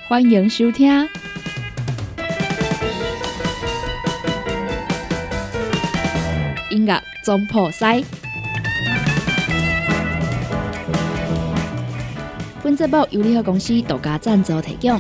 欢迎收听。音乐总铺师，本节目由联合公司独家赞助提供。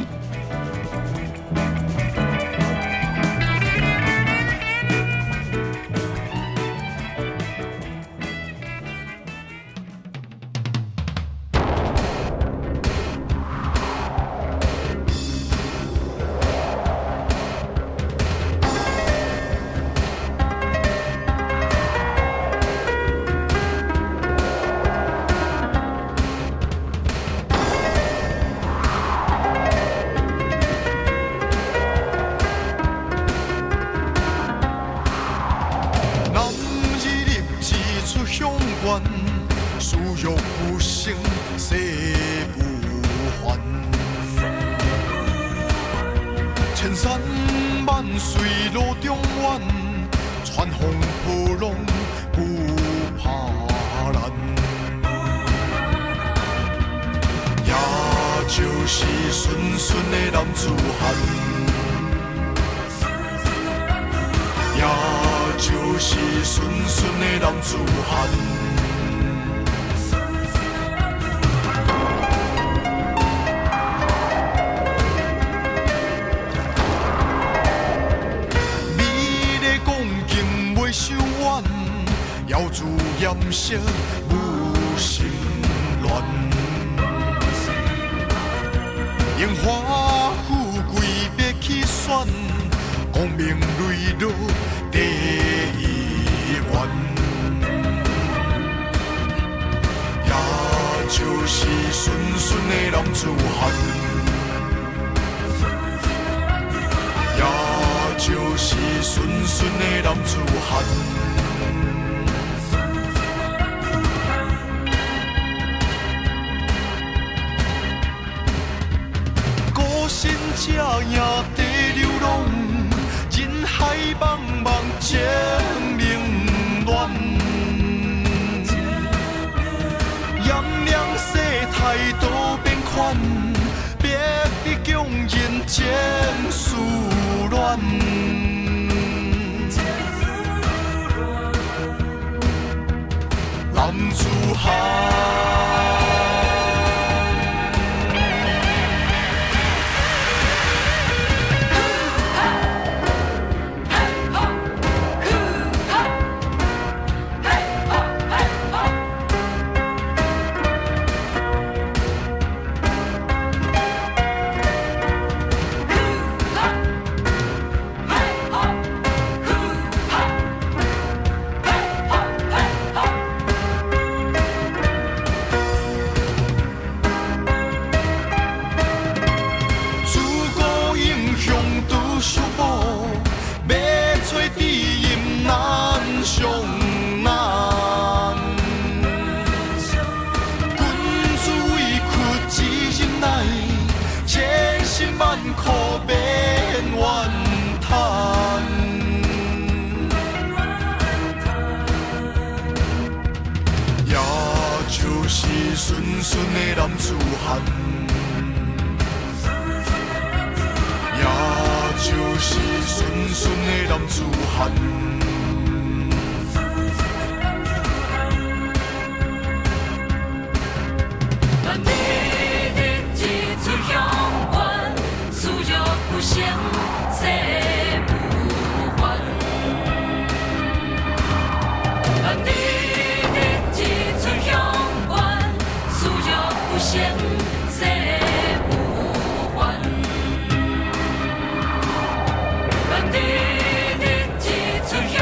出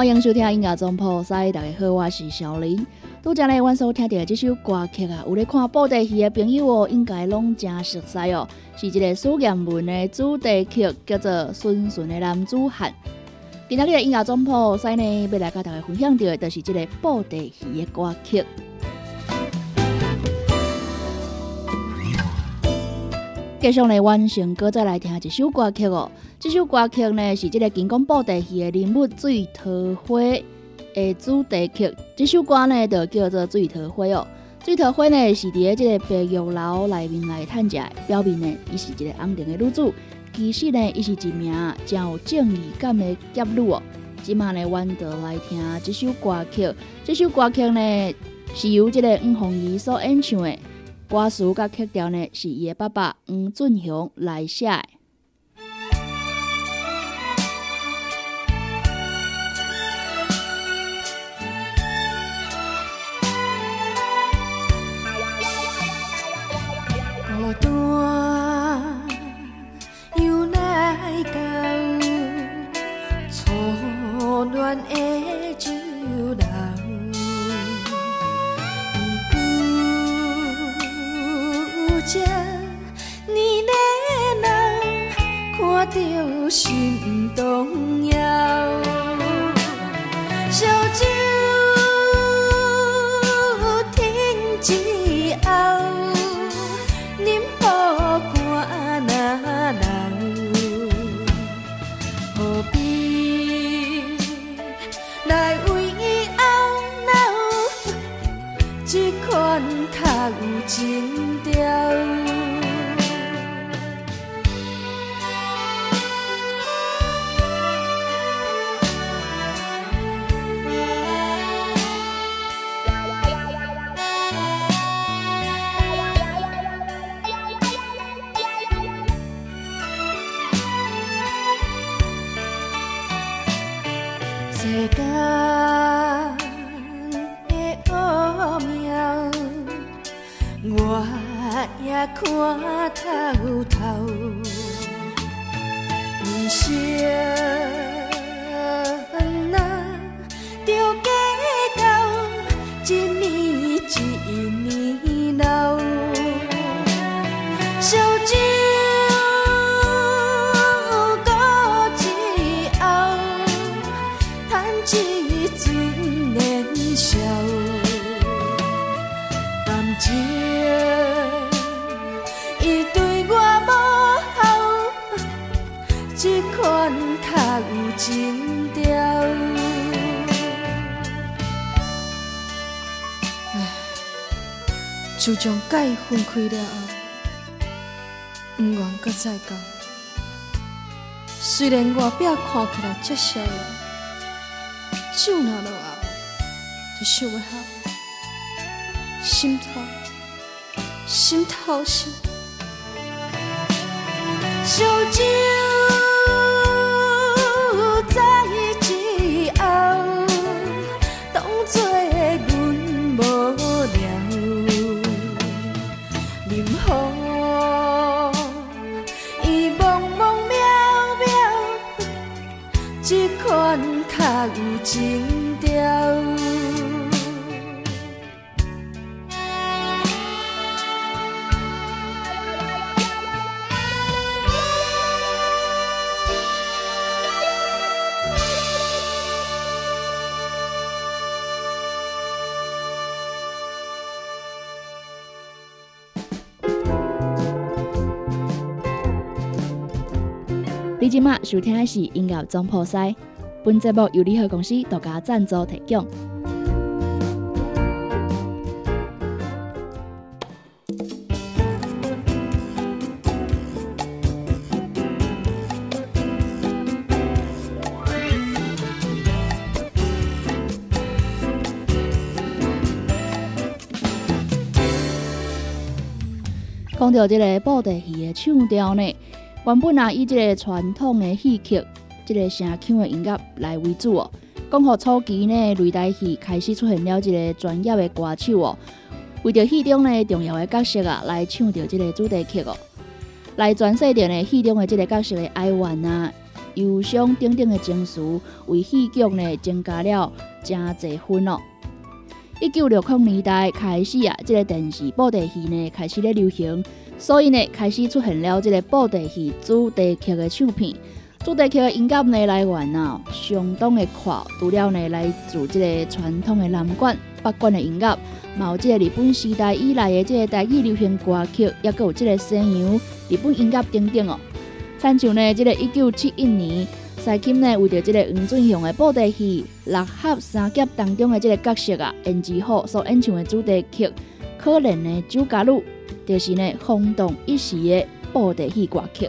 欢迎收听音乐总铺师，大家好，我是小林。拄则咧，阮所听到的这首歌曲啊，有咧看布袋戏的朋友哦，应该拢真熟悉哦，是一个苏艳文的主题曲，叫做《顺顺的男子汉》。今仔日的音乐总铺师呢，要来甲大家分享到的，就是这个布袋戏的歌曲。继续呢，完成歌再来听一首歌曲哦。这首歌曲呢，是这个金光布袋戏的人物水桃花的主题曲。这首歌呢，就叫做《水桃花》哦。水桃花呢，是伫这个白玉楼内面来探食的，表面呢，伊是一个红顶的女子。其实呢，伊是一名真有正义感的侠女哦。即马呢，阮就来听这首歌曲。这首歌曲呢，是由这个黄凤仪所演唱的。歌词甲曲调呢，是伊的爸爸黄俊雄来写的。 孤单又来到初恋的酒楼。这年的人看着心动摇，烧酒停之后，饮好肝若流，何必来为懊恼？这款较有情调。世间的奥妙，我也看透透。人生啊，着计较，一年一年老。烧酒搁一后，叹一阵年少。感情伊对我无效，这款较有情调。自从甲伊分开了后，不愿搁再交。虽然外表看起来足逍遥，手若落后，就想要好。心头是烧酒在一后，当作阮无聊，任乎伊茫茫渺渺，这款较有情调。 你即马收听的是音乐总铺师，本节目由联合公司独家赞助提供。讲到这个布袋戏的唱调呢，原本啊以这个传统的戏曲，这个声腔的音乐来为主哦。讲好初期呢，擂台戏开始出现了一个专业的歌手哦，为着戏中呢重要的角色啊，来唱着这个主题曲哦，来诠释着呢戏中的这个角色的哀怨啊， 忧伤等等的情绪，为戏剧呢增加了真侪分哦。1960年代开始啊，这个电视布袋戏呢开始咧流行，所以呢开始出现了这个布袋戏主题曲的唱片。主题曲的音乐呢来源啊相当的快，除了呢来自这个传统的南管、北管的音乐，嘛有这个日本时代以来的这个台语流行歌曲，也有这个西洋日本音乐等等哦。参像呢，这个1971年。西芹呢，为着这个黄俊雄的布袋戏《六合三劫》当中的这个角色啊，演技好所演唱的主题曲《可怜的酒家女》，就是呢轰动一时的布袋戏歌曲。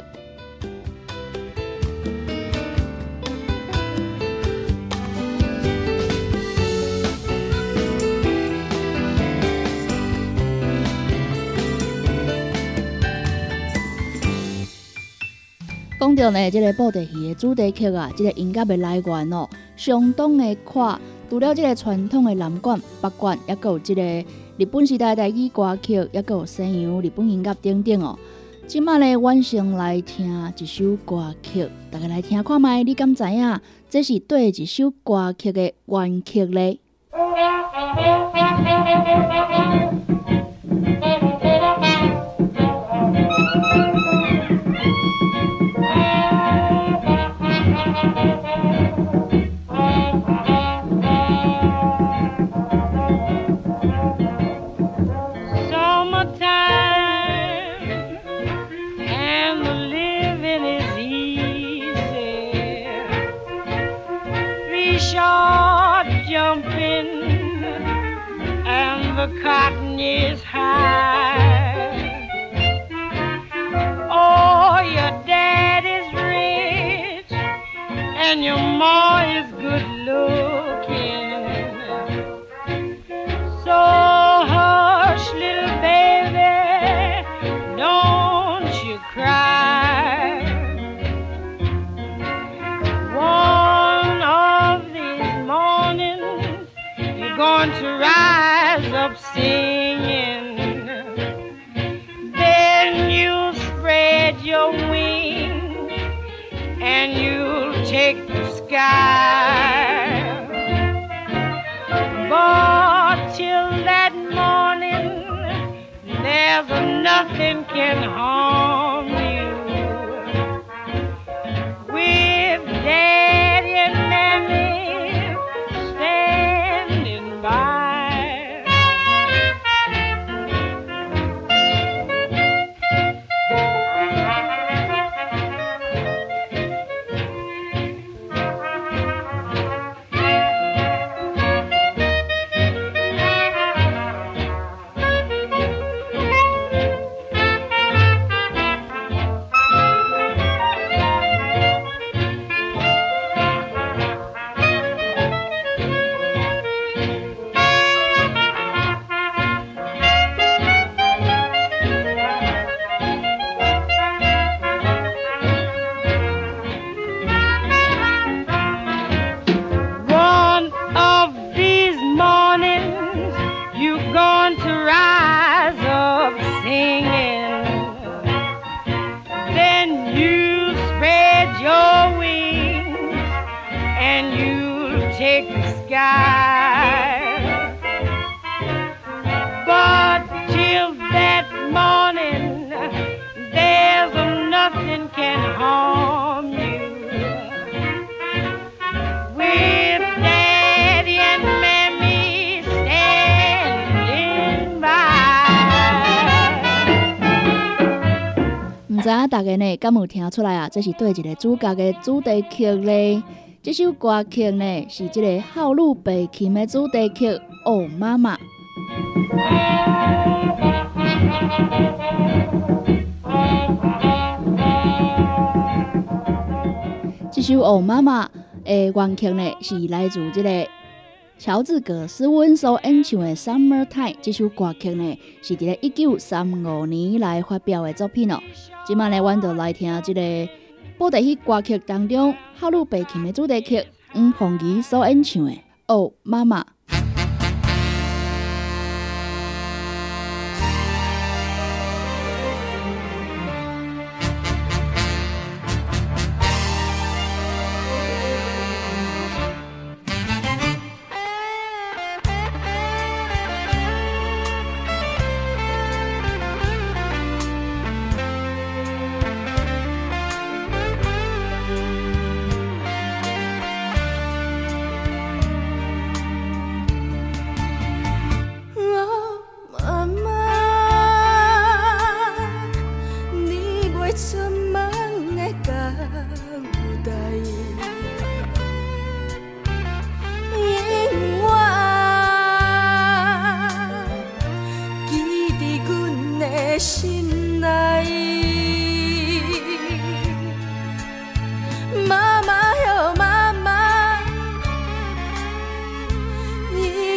讲到呢，这个布袋戏的主题曲啊，这个音乐的来源哦，相当的快。除了这个传统的南管、北管，也有这个日本时代台语歌曲，也有西洋日本音乐等等哦。即马呢，晚上来听一首歌曲，大家来听看卖，你敢知影这是对一首歌曲的原曲呢？ Cotton is high. Oh, your dad is rich and your ma is good looking. So hush, little baby, don't you cry. One of these mornings you're going to rise up singing, then you'll spread your wings and you'll take the sky. But till that morning, there's nothing can harm you. With Daddy and Mammy standing by. Take the sky, but till that morning, there's nothing can harm you. With Daddy and Mammy standing by. 唔知影大家呢，敢有听出来啊？这是对一个主角的主题曲呢？这首歌曲呢，是这个孝女白琴的主题曲《哦妈妈》。这首《哦妈妈》的原曲呢，是来自这个乔治·葛斯温所演唱的《Summertime》。这首歌曲呢，是在1935年来发表的作品哦。今晚呢，阮就来听这个布袋戏歌曲当中孝女白琴的主题曲黄凤仪所演唱的《哦妈妈》。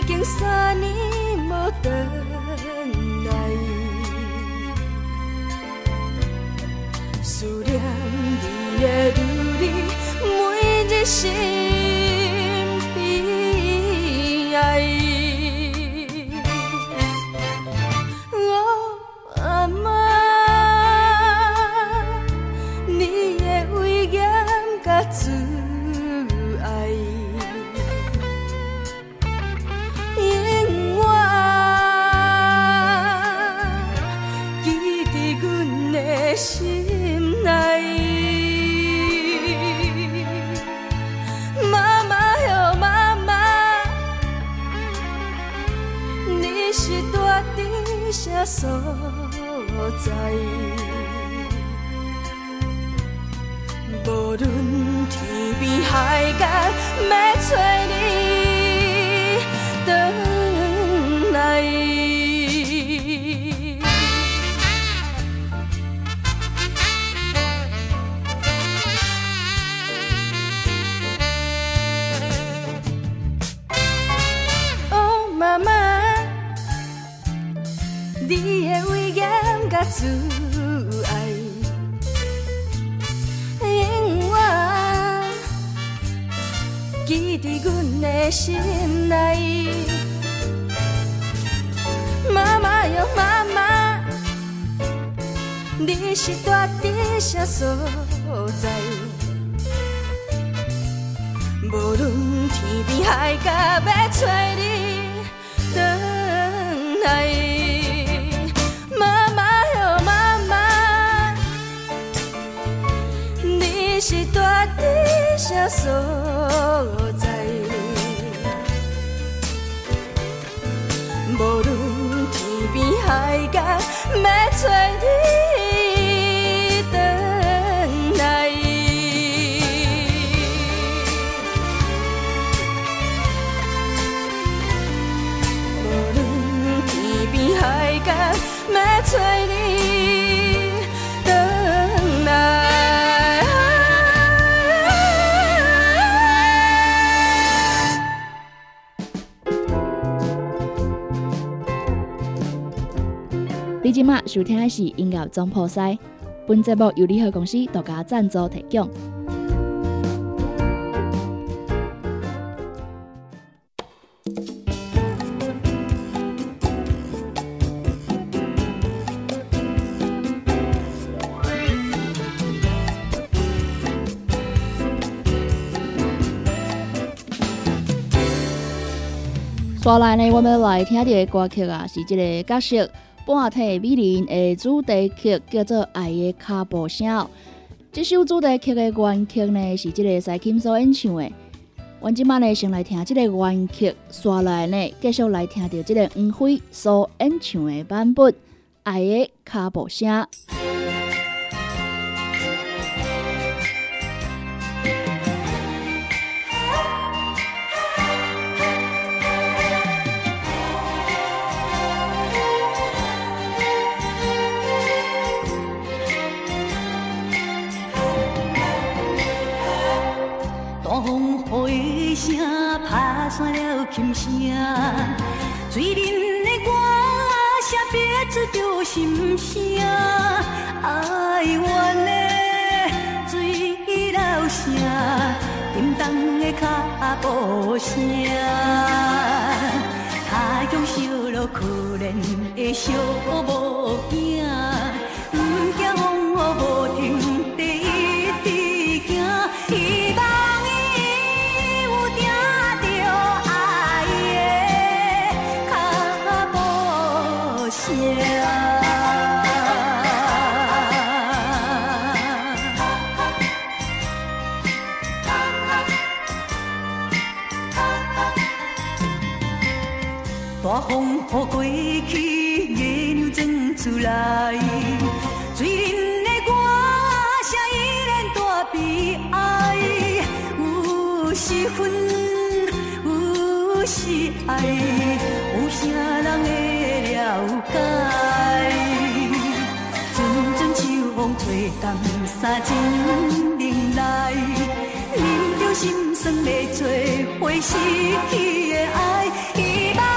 经3年无回来，思念你的如你，每日心悲哀。哦，阿嬷，你的威严甲慈爱，永远记伫阮的心内。妈妈哟妈妈，你是住伫啥所在？无论天边海角，要找你回来。哦，妈妈，你的威严甲慈爱，永远记伫阮的心内。妈妈哟妈妈，你是住伫啥所在？无论天边海角，要找你回来。妈妈哟妈妈，你是住伫啥所在？无论天边海角，要找你回来。无论天边海角，要找你回来。 你即马收听的是音乐总铺西，本节目由联合公司独家赞助提供。刷来呢，我们来听到的歌曲啊，是这个角色半体美人的主题曲，叫做《爱的脚步声》。这首主题曲的原曲呢，是这个西琴所演唱的。阮即摆呢，先来听这个原曲，刷来呢，继续来听到这个黄辉所演唱的版本《爱的脚步声》。 大风雨声拍散了琴声，醉人的我写别出着心声，哀怨的水流声，沉重的脚步声，他乡小路可怜的小某囝，不惊风雨无停地一直行，希望。大风雨过去，月亮钻出来，醉人的我写依然大悲哀，有是恨，有是爱，有啥人会了解？阵阵秋风吹淡三情人来，忍着心酸要找回失去的爱。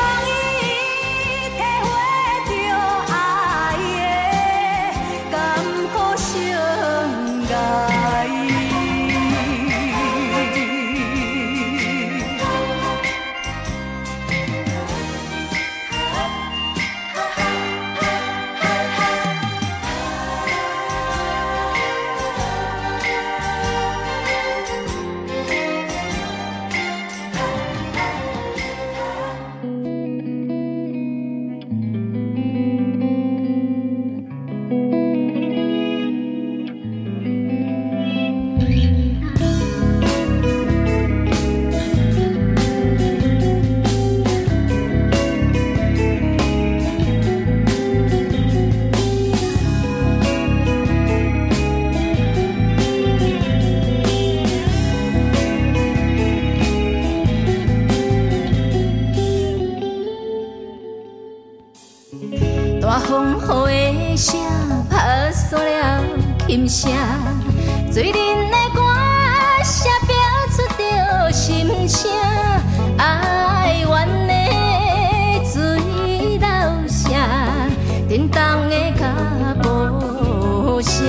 大风雨的声，拍散了琴声，醉人的歌声标出着心声，哀怨的水流声，震动的脚步声，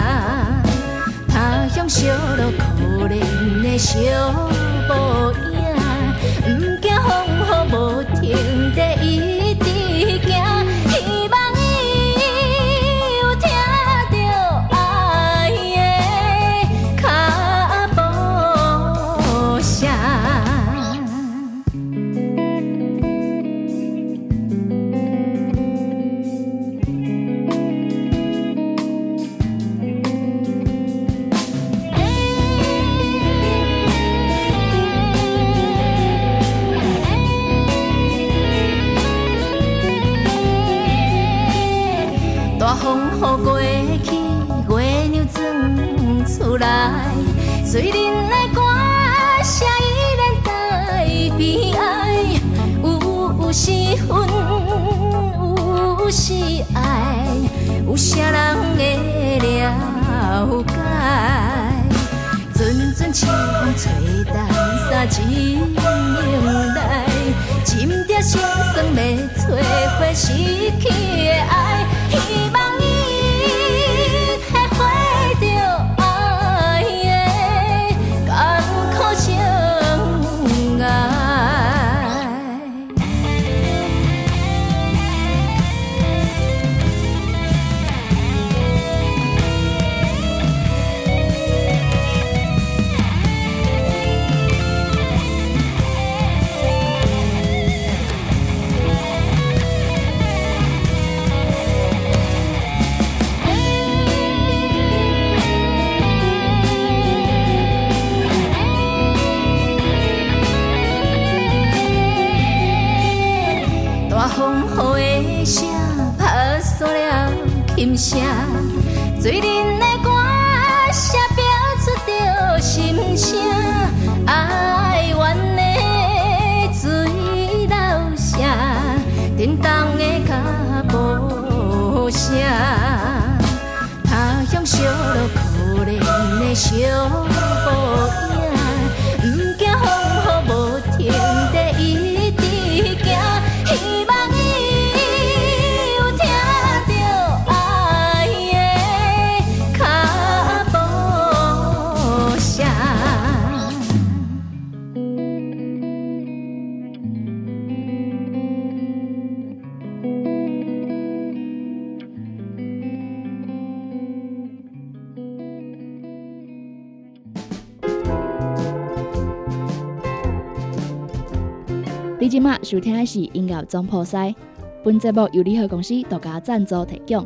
他乡小路可怜的小步影，不惊风雨无停地一直行。醉人的歌声依然带悲哀，有时恨，有时爱，有啥人会了解？阵阵清风吹淡三枝迎来，斟着心酸要找回失去的爱，希望伊会回着。琴声，醉人的歌声标出着心声，哀怨的水流声，震动的脚步声，他乡小路可怜的小步影，不惊风雨无停地一直行，希望你即马收听的是音乐总铺师，本节目由联合公司独家赞助提供。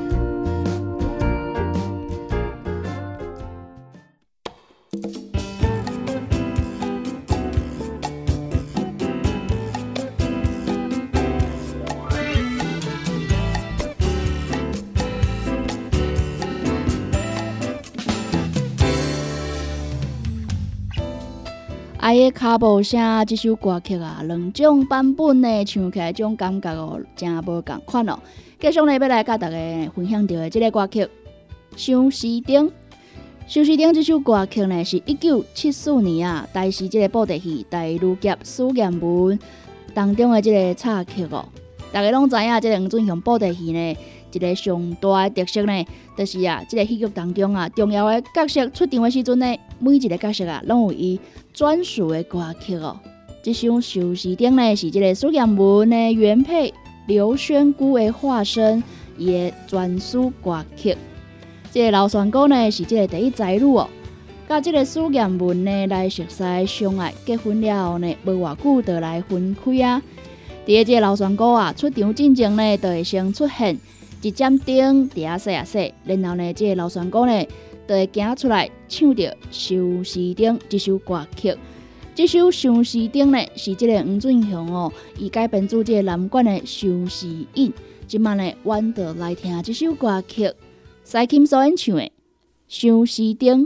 爱的脚步声这首歌曲啊，两种版本的唱起来，种感觉哦，真无共款哦。继续呢，要来甲大家分享到的这个歌曲《相思灯》。《相思灯》这首歌曲呢，是1974年啊，台视这个布袋戏《大女侠苏艳文》当中的这个插曲哦。大家拢知影，这个黄俊雄布袋戏呢，一个上大的特色呢，就是啊，这个戏剧当中啊，重要的角色出场的时阵呢，每一个角色啊，拢有伊专属的歌曲哦。这首《相思灯》呢，是这个苏艳文的原配刘轩姑的化身，伊的专属歌曲。这个刘宣姑呢，是这个第一才女哦，甲这个苏艳文呢来熟悉相爱，结婚了后呢，无偌久就来分开啊。伫个这个刘宣姑啊出场进前呢，就会先出现一盏灯伫遐洗洗，然后呢，这个刘宣姑呢就会行出来唱着《相思灯》这首歌曲。这首《相思灯》呢，是这个黄俊雄哦，伊改编自这个南管的《相思引》。今晚呢，阮就来听这首歌曲，蔡琴所演唱的《相思灯》。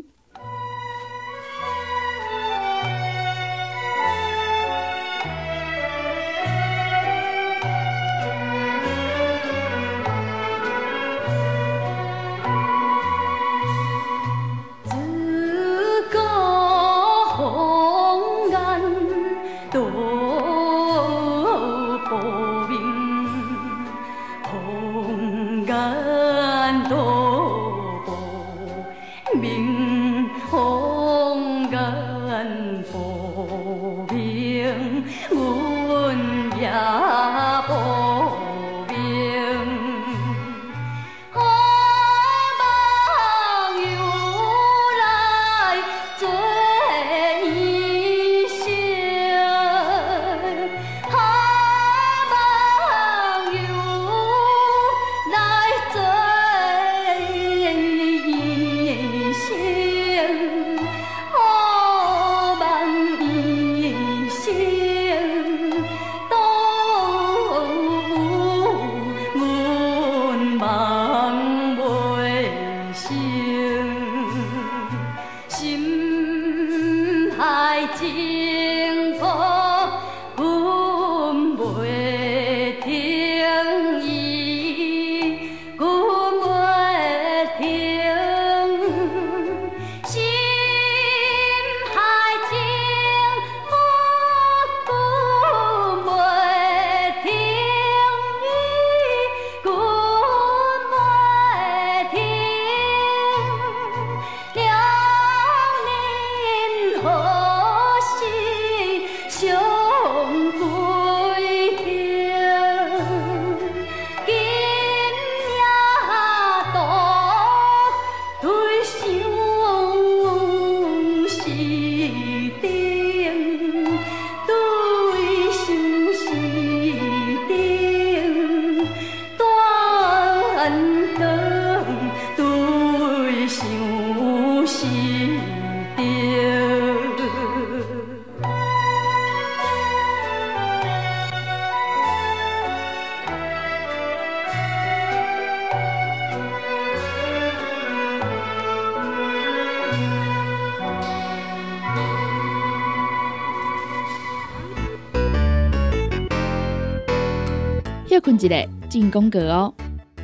无明。 休困一下，进广告哦。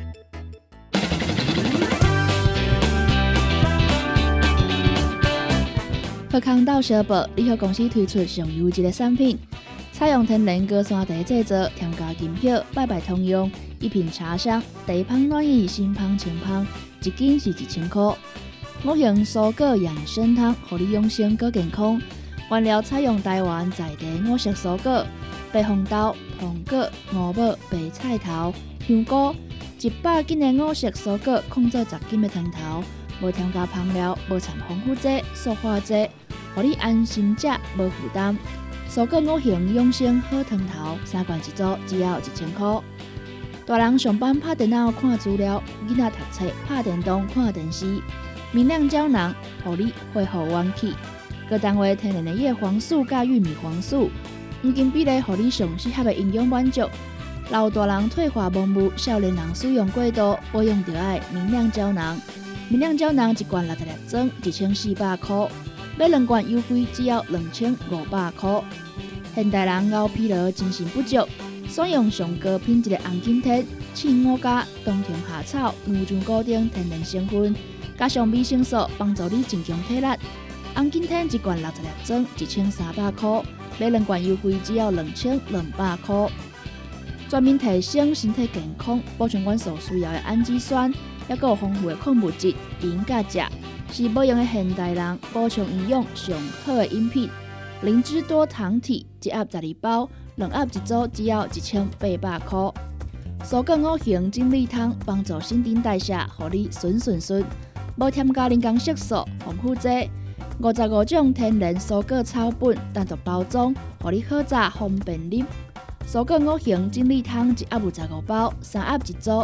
福康岛小宝联合公司推出上优质的产品，采用天然果山茶制作，添加金票，拜拜通用，一品茶香，茶香暖意，心香清香，一斤是1000块。五行蔬果养生汤，让你养生更健康。原料采用台湾在地5色蔬果。白红豆、苹果、五宝、白菜头、香菇，100斤的5色蔬果控制10斤的汤头，无添加香料，无掺防腐剂、塑化剂，让你安心食，无负担。蔬果5行养生好汤头，3罐一组，只要1000块。大人上班拍电脑看资料，囡仔读册拍电动看电视，明亮胶囊，让你恢复元气。各单位天然的叶黄素加玉米黄素。黄金比例，让你上适合的营养满足。老大人退化盲目，少年人使用过度，保养就要明亮胶囊。明亮胶囊1罐60粒装，1400块，买2罐优惠只要2500块。现代人熬疲劳、精神不足，选用上高品质的红景天、刺五加、冬虫夏草、牛樟菇等天然成分，加上维生素，帮助你增强体力。红景天1罐60粒装，1300块。买2罐优惠只要2200块，全面提升身体健康，补充阮所需要的氨基酸，还有丰富的矿物质、磷甲钾，是保养的现代人补充营养上好的饮品。灵芝多糖体1盒12包，2盒一组只要1800块。蔬果5行精力汤帮助新陈代谢，让你顺，无添加人工色素、防腐剂。55种天然蔬果草本单独包装，让你好早方便饮。蔬果5行精力汤1盒有15包，3盒一组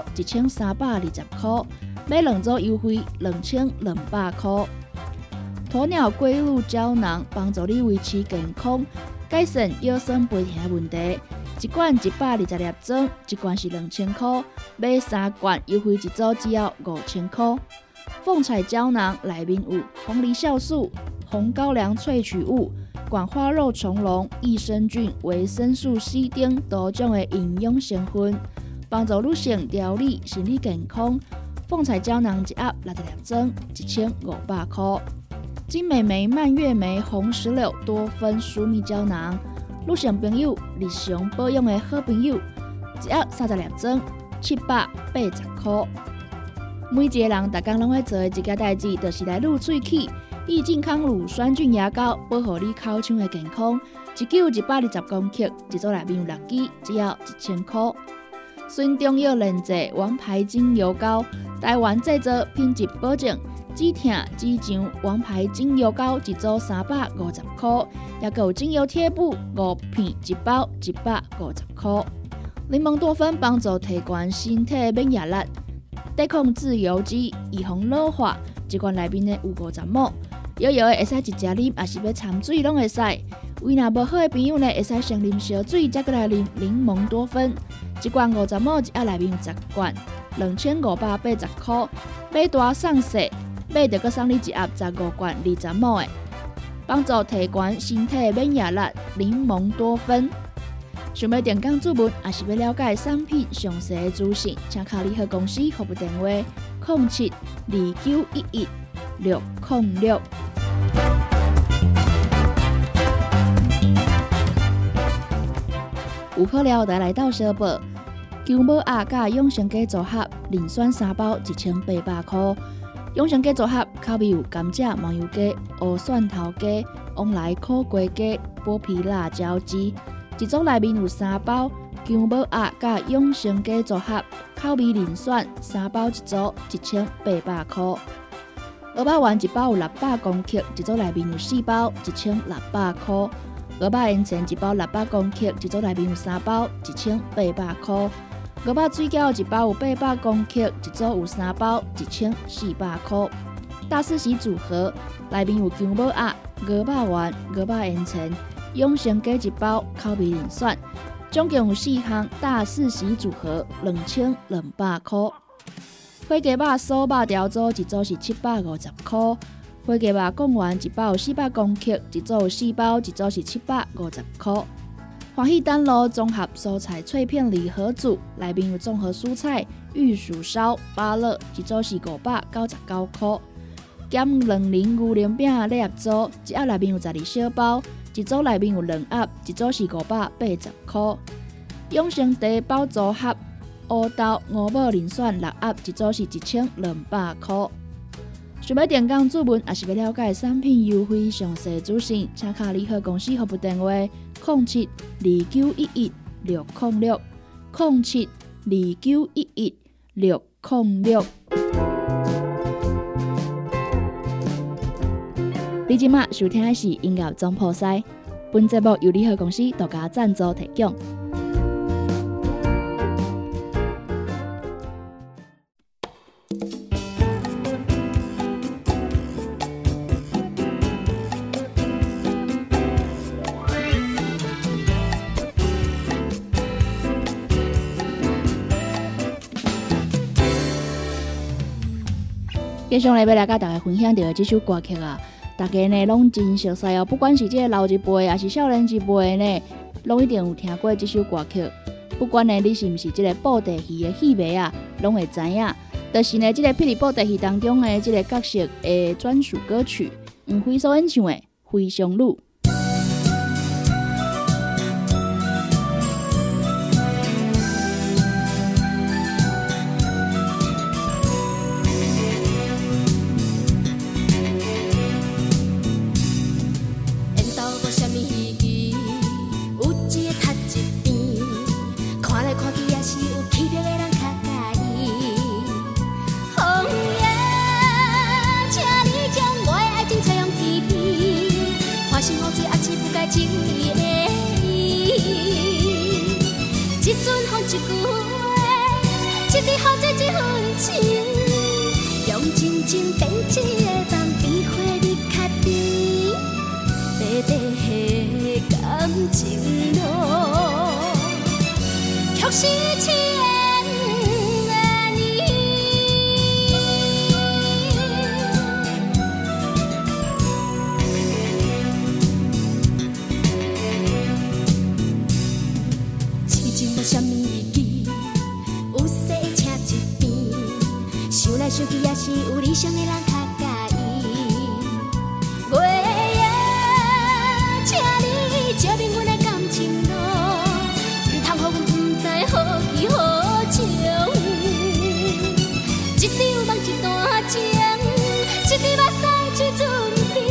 1320块，买2组优惠2200块。鸵鸟龟鹿胶囊帮助你维持健康，改善腰酸背痛的问题。1罐120粒装，1罐是2000块，买3罐优惠一组只要5000块。凤彩胶囊内面有红梨酵素、红高粱萃取物、管花肉虫龙、益生菌、维生素 C 等多种的营养成分，帮助女性调理心理健康。凤彩胶囊1盒60粒装，1500块。金美眉、蔓越莓、红石榴多酚疏密胶囊，女性朋友日常保养的好朋友，1盒30粒装，780块。每一个人，逐工拢会做的一件代志，就是来滤喙齿。 益健康乳酸菌牙膏，保护你口腔的健康。1九120公克，一组内面有6支，只要1000块。孙中药炼制王牌精油膏，台湾制作，品质保证。止痛止痒王牌精油膏一组350块，也有精油贴布5片一包150块。柠檬多酚帮助提高身体免疫力，抵抗自由基，预防老化。一罐内面呢有50毫，摇摇的会使一只啉，也是要掺水拢会使。胃若无好的朋友呢，会使先啉烧水，再过来啉柠檬多酚。一罐50毫，一盒内面有10罐，2580块。买大送小。买就阁送你一盒15罐20毫的，帮助提高身体免疫力。柠檬多酚。想要电工注文，也是要了解产品详细的资讯，请卡联合公司服务电话0729116006。有可了就来到小宝，姜母鸭甲养生鸡组合，磷酸3包1800块。养生鸡组合口味有甘蔗、麻油鸡、黑蒜头鸡、旺来苦瓜鸡、剥皮辣椒鸡。一组内面有3包姜母鸭甲养生鸡组合，口味磷酸，3包一组1800块。蚵仔丸一包有600公克，一组内面有4包1600块。蚵仔烟肠一包600公克，一组内面有3包1800块。蚵仔水饺一包有800公克，一组有3包1400块。大四喜组合内面有姜母鸭、蚵仔丸、蚵仔烟肠、养生鸡一包，口味磷酸，总共有4项大四喜组合，2200块。火鸡肉酥肉条组一组是750块。火鸡肉贡丸一包有400公克，一组有4包，一组是750块。欢喜丹炉综合蔬菜脆片礼盒组，内面有综合蔬菜、玉薯烧、芭乐，一组是599块。咸卵磷牛奶饼礼盒组，一盒内面有12小包，一组内面有2盒，一组是580块。养生茶包组合，乌豆、五宝磷酸6盒，一组是1200块。想要电工注文，也是要了解产品优惠详细资讯，请卡联合公司服务电话0729116006。你即马收听的是音乐总铺师，本节目由联合公司独家赞助提供。接下来要来甲大家分享到的这首歌曲啊，大家呢拢真熟悉哦，不管是这个老一辈还是少年一辈呢，拢一定有听过这首歌曲。不管呢你是毋是这个布袋戏的戏迷啊，拢会知影，就是呢这个霹雳布袋戏当中的这个角色的专属歌曲，黄飞所演唱的《飞翔女》。 想起也是有理想的人较介意。月夜，请你照明阮的感情路，唔通予阮不知何去何从。一场梦一段情，一滴目屎一阵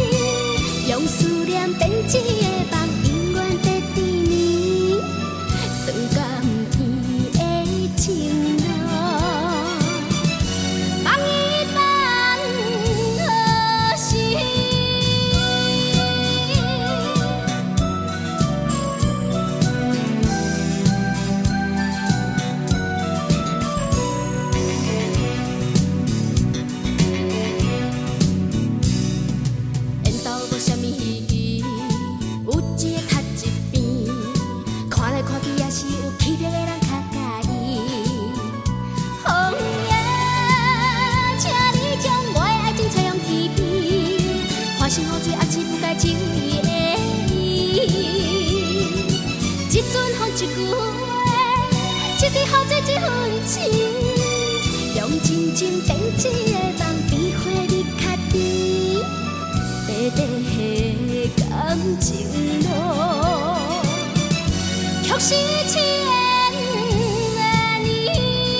情，用真真变一个梦，比花你较甜，短短的感情路，却是千年。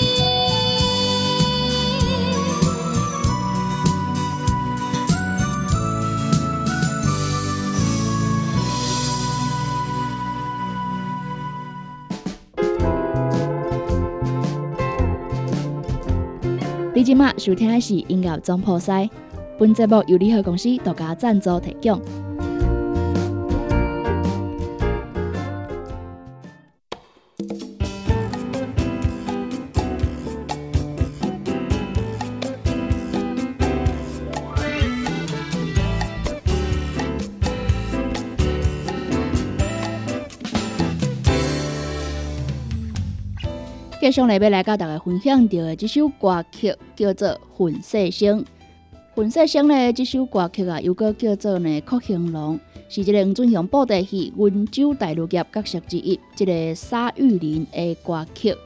你即马收听的是音乐总铺师，本节目由联合公司独家赞助提供。继续来要来甲大家分享到的这首歌曲叫做《混世声》。《混世声》呢，这首歌曲啊，又个叫做呢《酷兴隆》，是一个黄俊雄布袋戏《温州大陆业》角色之一，这个沙玉林的歌曲。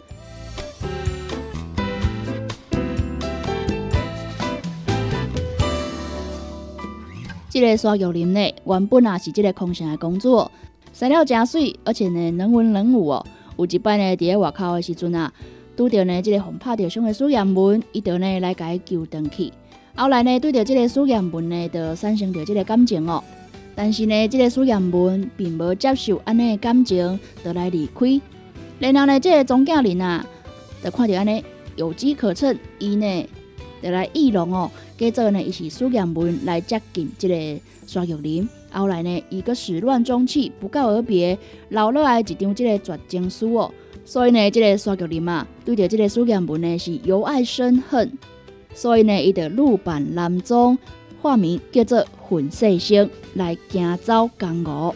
这个沙玉林呢，原本啊是这个空城的公主，生了真水，而且呢能文能武哦。有一摆呢，伫咧外口的时阵啊，拄着呢，即个互拍着伤的苏彦文，伊就呢来甲伊救回去。后来呢，对着即个苏彦文呢，就产生着即个感情哦。但是呢，即个苏彦文并无接受安尼的感情，就来离开。然后呢，即个钟景林啊，就看着安尼有机可乘，伊呢就来意弄哦，假做呢伊是苏彦文来接近即个沙玉林。后来呢，伊个始乱终弃，不告而别，留落来一张即个绝情书哦。所以呢，即个沙玉林啊，对着即个苏彦文呢是由爱生恨，所以呢，伊就入版男装，化名叫做混世声，来行走江湖。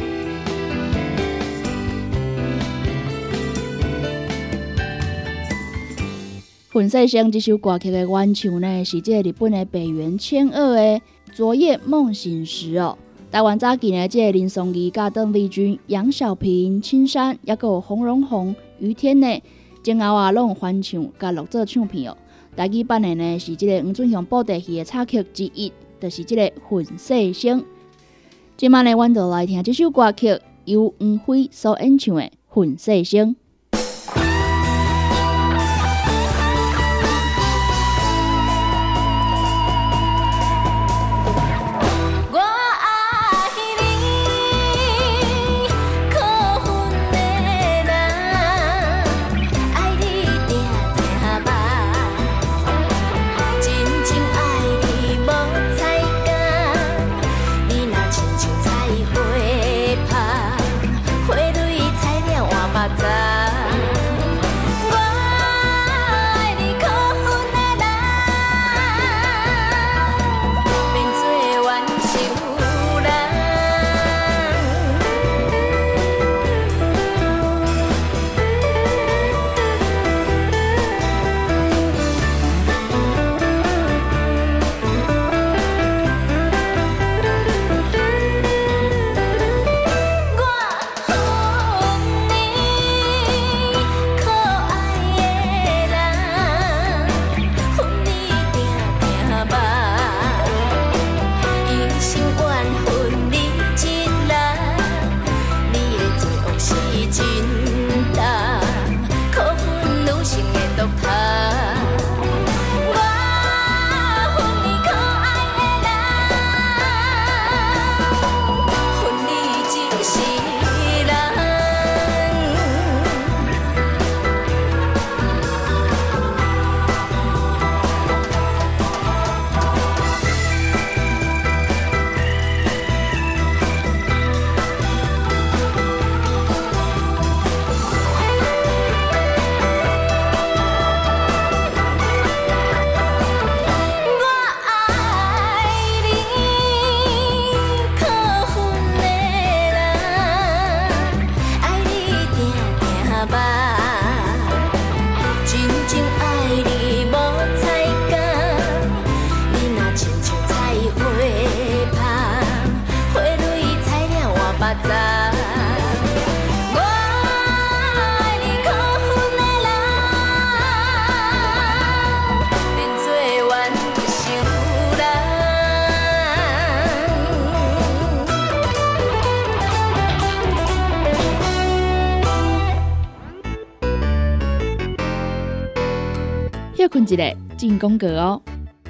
混世声这首歌曲的原唱呢，是即个日本的北原千鹤的《昨夜梦醒时》哦。台湾早期呢，即个林松义、甲邓丽君、杨小萍、青山，也有洪荣宏、于天呢，前后啊拢有翻唱甲录做唱片哦。台语版的呢是即个黄俊雄布袋戏的插曲之一，就是即个混世声。今晚呢，阮就来听这首歌曲，由黄辉所演唱的《混世声》。 休困一下，进广告哦。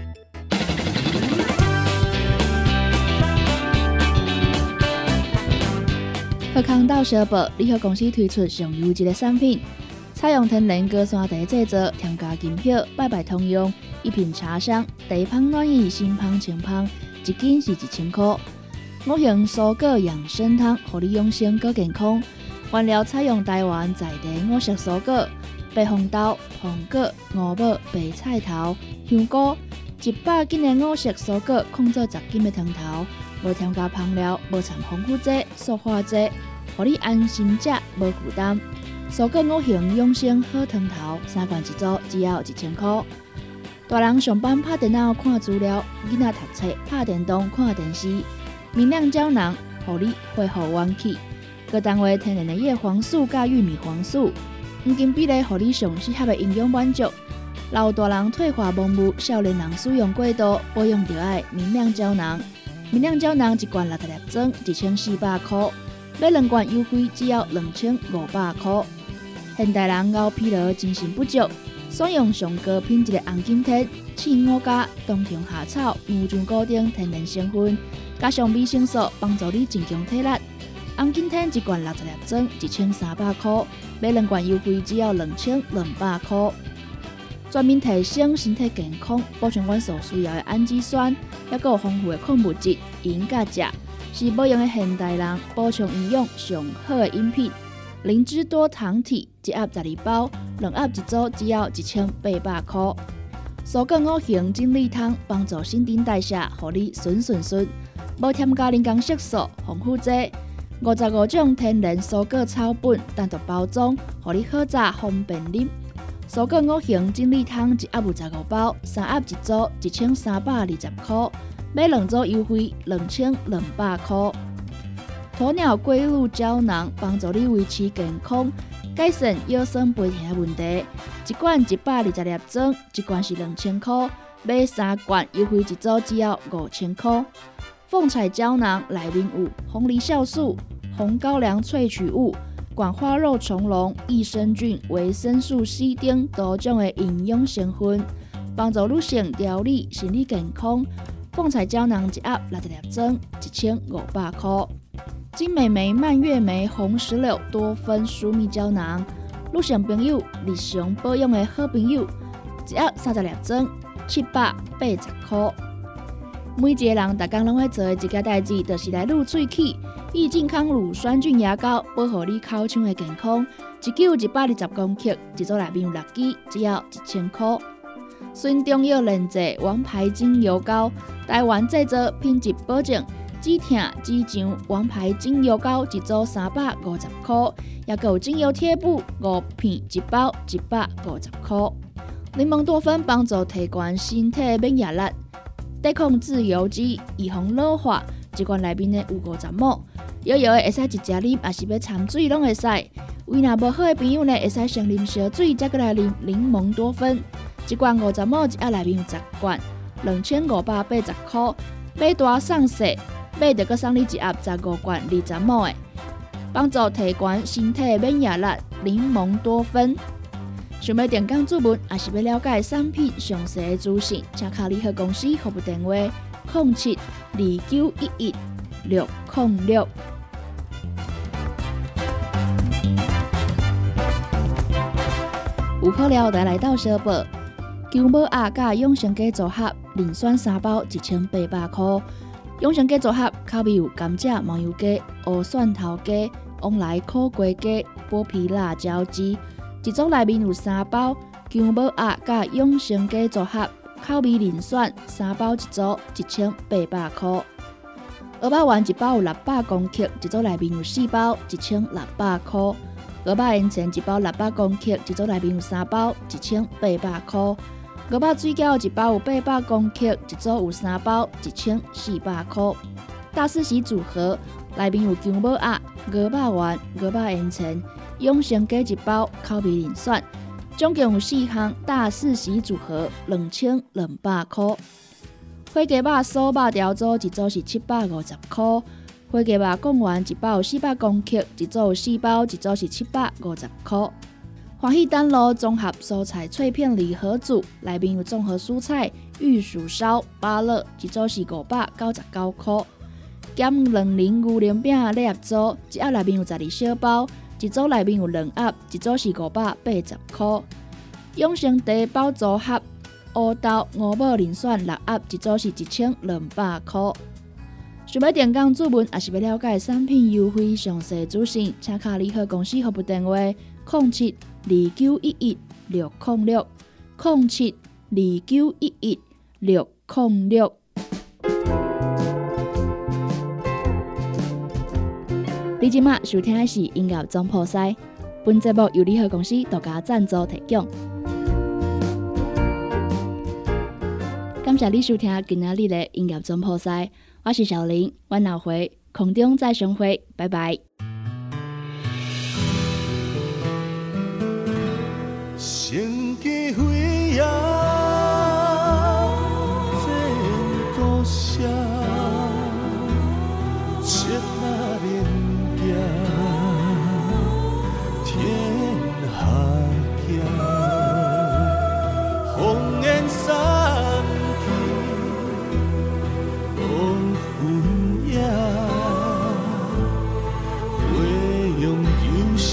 贺康岛小宝联合公司推出上优质的产品，采用天然果山茶制作，添加金叶，百百通用，一品茶香，茶香暖意，心香清香，一斤是1000块。五行蔬果养生汤，让你养生更健康。原料采用台湾在地五色蔬果：白红豆、红果、五宝、白菜头、香菇，100斤的五色蔬果控做10斤的汤头。无添加香料，无掺防腐剂、塑化剂，互你安心食，无负担。蔬果五行养生好汤头，3罐一组，只要1000块。大人上班拍电脑看资料，囡仔读册拍电动看电视，明亮胶囊，互你恢复元气。各单位天然的叶黄素加玉米黄素，黄金比例，互你上适合的营养满足。老大人退化盲目，少年人使用过度，保养就要明亮胶囊。明亮胶囊1罐60粒装，1400块，买2罐优惠只要2500块。现代人熬疲劳、精神不足，选用上高品质的红景天、刺五加、冬虫夏草、牛樟菇等天然成分，加上维生素，帮助你增强体力。红景天1罐60粒装，1300块，买2罐优惠只要2200块。全面提升身体健康，补充阮所需要的氨基酸，还有丰富的矿物质、银甲钾，是保养的现代人补充营养上好的饮品。灵芝多糖体1盒12包，2盒一组只要1800块。蔬果五行精力汤帮助新陈代谢，让你顺顺顺，无添加人工色素、防腐剂。55种天然蔬果草本单独包装，让你好榨方便饮。蔬果五行精力汤1盒有15包，3盒一组1320块，买2组优惠2200块。鸵鸟龟鹿胶囊帮助你维持健康，改善腰酸背痛的问题。1罐120粒装，1罐是2000块，买3罐优惠一组只要5000块。凤彩胶囊内面有红梨酵素、红高粱萃取物、管花肉虫龙、益生菌、维生素 C 等多种的营养成分，帮助女性调理心理健康。凤彩胶囊1盒60粒装，1500块。金美眉、蔓越莓、红石榴多酚疏密胶囊，女性朋友日常保养的好朋友，1盒30粒装，780块。每一个人逐工拢会做的一件代志，就是来滤喙齿。益健康乳酸菌牙膏，保护你口腔的健康。1支有120公克，一组内面有6支，只要1000块。纯中药炼制王牌精油膏，台湾制作，品质保证。止痛止痒王牌精油膏一组350块，也有精油贴布5片1包150块。柠檬多酚帮助提高身体免疫力，抵抗自由基，预防老化。1罐内面有50沫，摇摇的会使直接啉，也是要掺水拢会使。胃若无好的朋友呢，会使先啉烧水，再过来啉柠檬多酚。1罐50沫，1盒内面有10罐，2580块。买大送小。买就阁送你1盒15罐20沫的，帮助提高身体免疫力。柠檬多酚。想要电工注文，也是要了解产品详细的资讯，请洽联合公司服务电话0729116606。有好料就来到小宝，姜母鸭加养生鸡组合，磷酸3包1800块。养生鸡组合口味有甘蔗、麻油鸡、乌蒜头鸡、往来苦瓜鸡、剥皮辣椒鸡。一组内面有3包姜母鸭加养生鸡组合，口味磷酸，3包一组1800块。蚵仔丸1包有600公克，一组内面有4包1600块。蚵仔烟肠1包600公克，一组内面有3包1800块。蚵仔水饺1包有800公克，一组有3包1400块。大四喜组合内面有姜母鸭、蚵仔丸、蚵仔烟肠、养生鸡1包，口味磷酸，总共有4项大四喜组合2200块。火鸡肉酥肉条组一组是750块。火鸡肉贡丸1包有400公克，一组有4包，一组是750块。 欢喜丹路综合蔬菜脆片礼盒组，内面有综合蔬菜、玉薯烧、芭乐，一组是599块。减2仁牛奶饼礼盒组，一盒内面有12小包，一组内面有2盒，一组是580块。永生茶包组盒，乌豆、五宝仁选6盒，一组是1200块。想要电工注文，也是要了解产品优惠详细资讯，请洽联合公司服务电话0729116006 0729116006。你即马收听的是音乐总铺师，本节目由联合公司独家赞助提供。感谢你收听今仔日的音乐总铺师，我是小林，我们下回空中再相会，拜拜。 成家飞呀，这多少切那连家，天下行，烽烟散去，黄昏夜，花容幽声。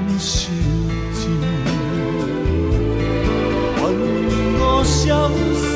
潇洒。